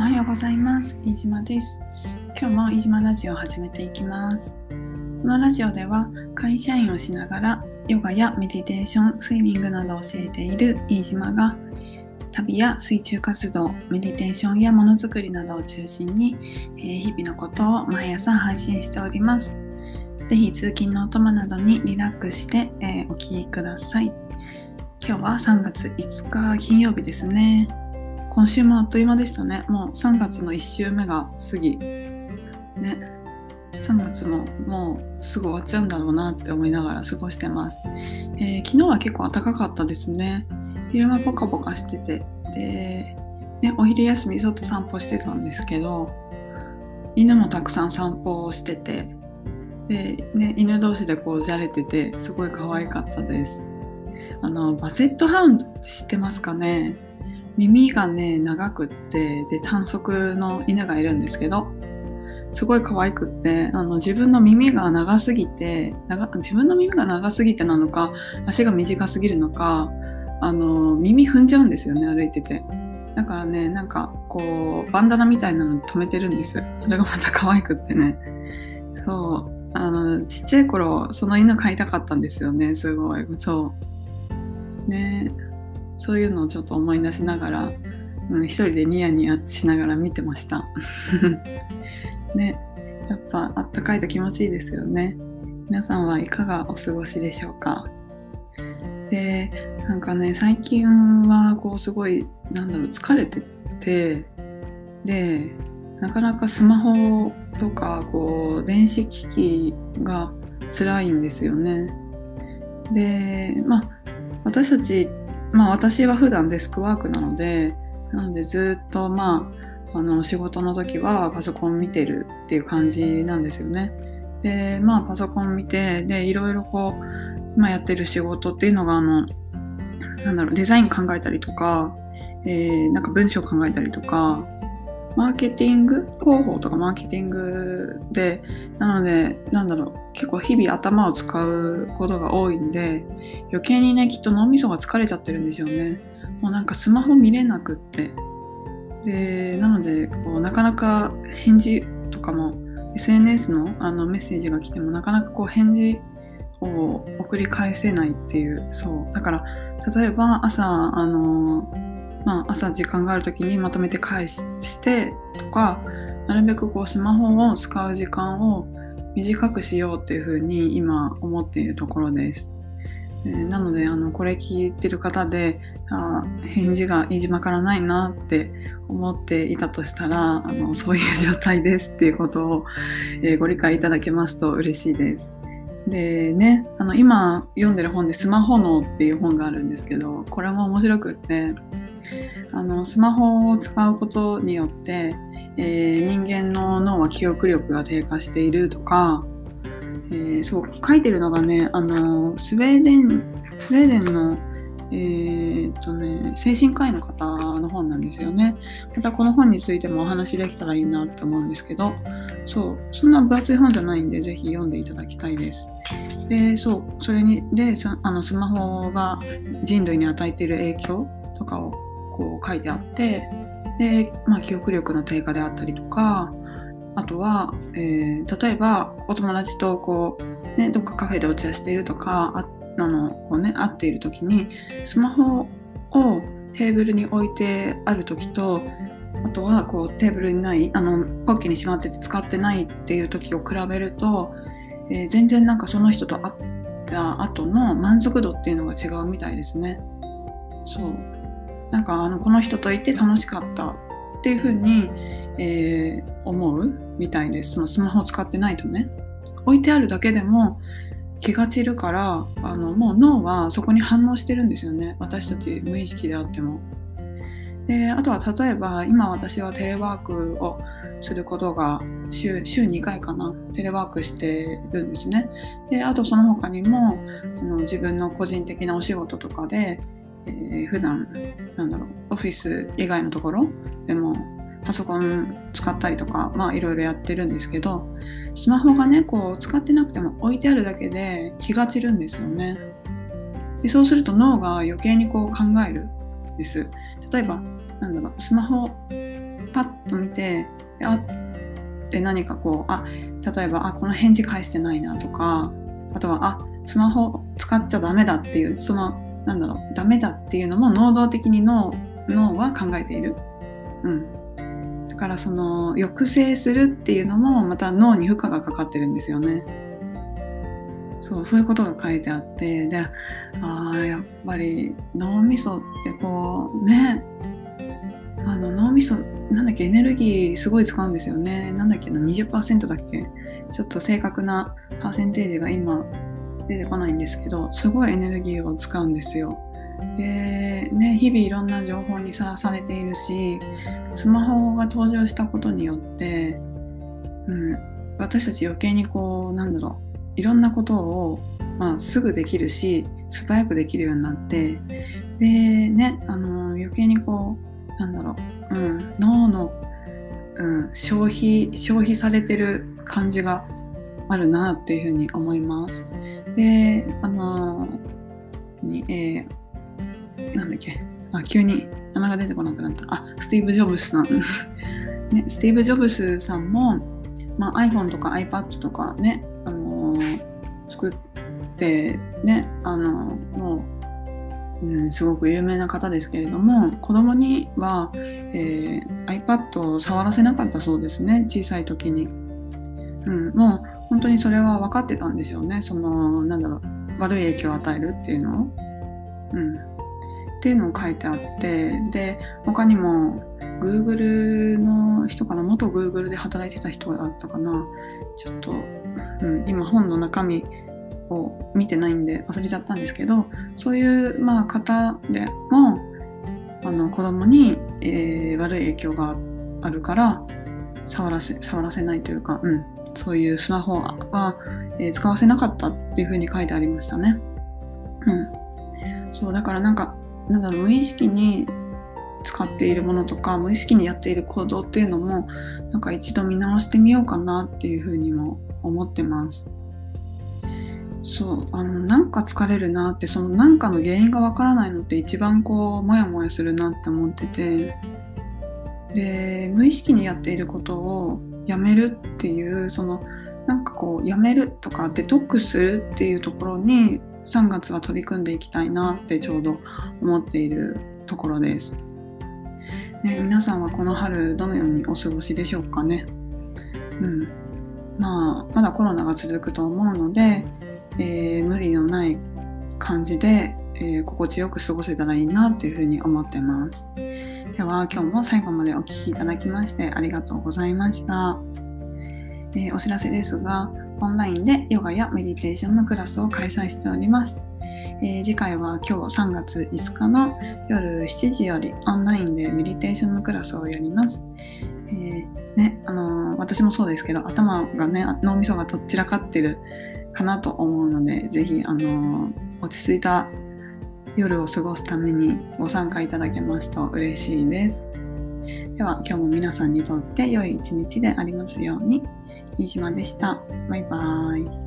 はようございます。飯島です。今日も飯島ラジオを始めていきます。このラジオでは会社員をしながらヨガやメディテーション、スイミングなどを教えている飯島が旅や水中活動、メディテーションやものづくりなどを中心に日々のことを毎朝配信しております。ぜひ通勤のお供などにリラックスしてお聞きください。今日は3月5日金曜日ですね。今週もあっという間でしたね。もう3月の1週目が過ぎね、3月ももうすぐ終わっちゃうんだろうなって思いながら過ごしてます。昨日は結構暖かかったですね。昼間ポカポカしてて、で、お昼休み外散歩してたんですけど、犬もたくさん散歩をしてて、で、犬同士でこうじゃれててすごい可愛かったです。バセットハウンドって知ってますかね？耳がね長くって、で短足の犬がいるんですけど、すごい可愛くって、自分の耳が長すぎてなのか、足が短すぎるのか、耳踏んじゃうんですよね、歩いてて。だからね、なんかこうバンダナみたいなのに留めてるんです。それがまた可愛くってね。そう、ちっちゃい頃その犬飼いたかったんですよね。すごい、そうね、そういうのをちょっと思い出しながら、一人でニヤニヤしながら見てましたね。やっぱあったかいと気持ちいいですよね。皆さんはいかがお過ごしでしょうか。で、なんかね、最近はこうすごい疲れてて、でなかなかスマホとかこう電子機器が辛いんですよね。で、私は普段デスクワークなのでずっと仕事の時はパソコン見てるっていう感じなんですよね。で、パソコン見て、でいろいろこう今やってる仕事っていうのがデザイン考えたりとか、なんか文章考えたりとか、マーケティング、広報とかマーケティングで、なので結構日々頭を使うことが多いんで、余計にねきっと脳みそが疲れちゃってるんでしょうね。もうなんかスマホ見れなくって、でなのでこうなかなか返事とかも SNS のメッセージが来てもなかなかこう返事を送り返せないっていう、そうだから例えば朝時間がある時にまとめて返してとか、なるべくこうスマホを使う時間を短くしようっていうふうに今思っているところです。なのでこれ聞いてる方で返事が飯島からないなって思っていたとしたら、そういう状態ですっていうことを、ご理解いただけますと嬉しいです。でね、今読んでる本でスマホ脳っていう本があるんですけど、これも面白くって、スマホを使うことによって、人間の脳は記憶力が低下しているとか、そう書いてるのがね、スウェーデンの精神科医の方の本なんですよね。またこの本についてもお話できたらいいなって思うんですけど、そんな分厚い本じゃないんで、ぜひ読んでいただきたいです。で、それにスマホが人類に与えている影響とかをこう書いてあって、で、記憶力の低下であったりとか、あとは、例えばお友達とこう、どっかカフェでお茶しているとか、会っている時にスマホをテーブルに置いてある時と、あとはこうテーブルにないポッケにしまってて使ってないっていう時を比べると、全然その人と会った後の満足度っていうのが違うみたいですね。そうこの人といて楽しかったっていう風に、思うみたいです。スマホを使ってないとね、置いてあるだけでも気が散るから、もう脳はそこに反応してるんですよね、私たち無意識であっても。で、あとは例えば今私はテレワークをすることが週2回かな、テレワークしてるんですね。で、あとその他にも自分の個人的なお仕事とかで、普段オフィス以外のところでもパソコン使ったりとか、いろいろやってるんですけど、スマホがねこう使ってなくても置いてあるだけで気が散るんですよね。で、そうすると脳が余計にこう考えるんです。例えばスマホパッと見て、あって何かこう、例えばこの返事返してないなとか、あとはスマホ使っちゃダメだっていう、ダメだっていうのも能動的に脳は考えている。だからその抑制するっていうのもまた脳に負荷がかかってるんですよね。そういうことが書いてあって、で、やっぱり脳みそってこうね、脳みそエネルギーすごい使うんですよね。20% だっけ？ちょっと正確なパーセンテージが今出てこないんですけど、すごいエネルギーを使うんですよ。でね、日々いろんな情報にさらされているし、スマホが登場したことによって、私たち余計にこういろんなことを、すぐできるし素早くできるようになって、でね、余計にこう脳の、消費されてる感じがあるなっていうふうに思います。で、急に名前が出てこなくなった。スティーブ・ジョブズさん。ね、スティーブ・ジョブズさんも、iPhone とか iPad とかね、作ってね、もう、すごく有名な方ですけれども、子供には、iPad を触らせなかったそうですね、小さい時に。もう本当にそれは分かってたんですよね。悪い影響を与えるっていうのを。っていうのを書いてあって、で、他にも Google の人かな、元 Google で働いてた人だったかな、ちょっと、今本の中身を見てないんで忘れちゃったんですけど、そういう方でも子供に、悪い影響があるから触らせないというか、そういうスマホは、使わせなかったっていう風に書いてありましたね。そうだから無意識に使っているものとか無意識にやっている行動っていうのも一度見直してみようかなっていう風にも思ってます。疲れるなって、そのの原因がわからないのって一番こうモヤモヤするなって思ってて、で無意識にやっていることをやめるっていう、やめるとかデトックスするっていうところに3月は取り組んでいきたいなってちょうど思っているところです。皆さんはこの春どのようにお過ごしでしょうかね。まだコロナが続くと思うので、無理のない感じで、心地よく過ごせたらいいなっていうふうに思ってます。では今日も最後までお聞きいただきましてありがとうございました。お知らせですが、オンラインでヨガやメディテーションのクラスを開催しております。次回は今日3月5日の夜7時よりオンラインでメディテーションのクラスをやります。私もそうですけど、頭がね、脳みそがどちらかってるかなと思うので、ぜひ落ち着いた夜を過ごすためにご参加いただけますと嬉しいです。では今日も皆さんにとって良い一日でありますように。飯島でした。バイバイ。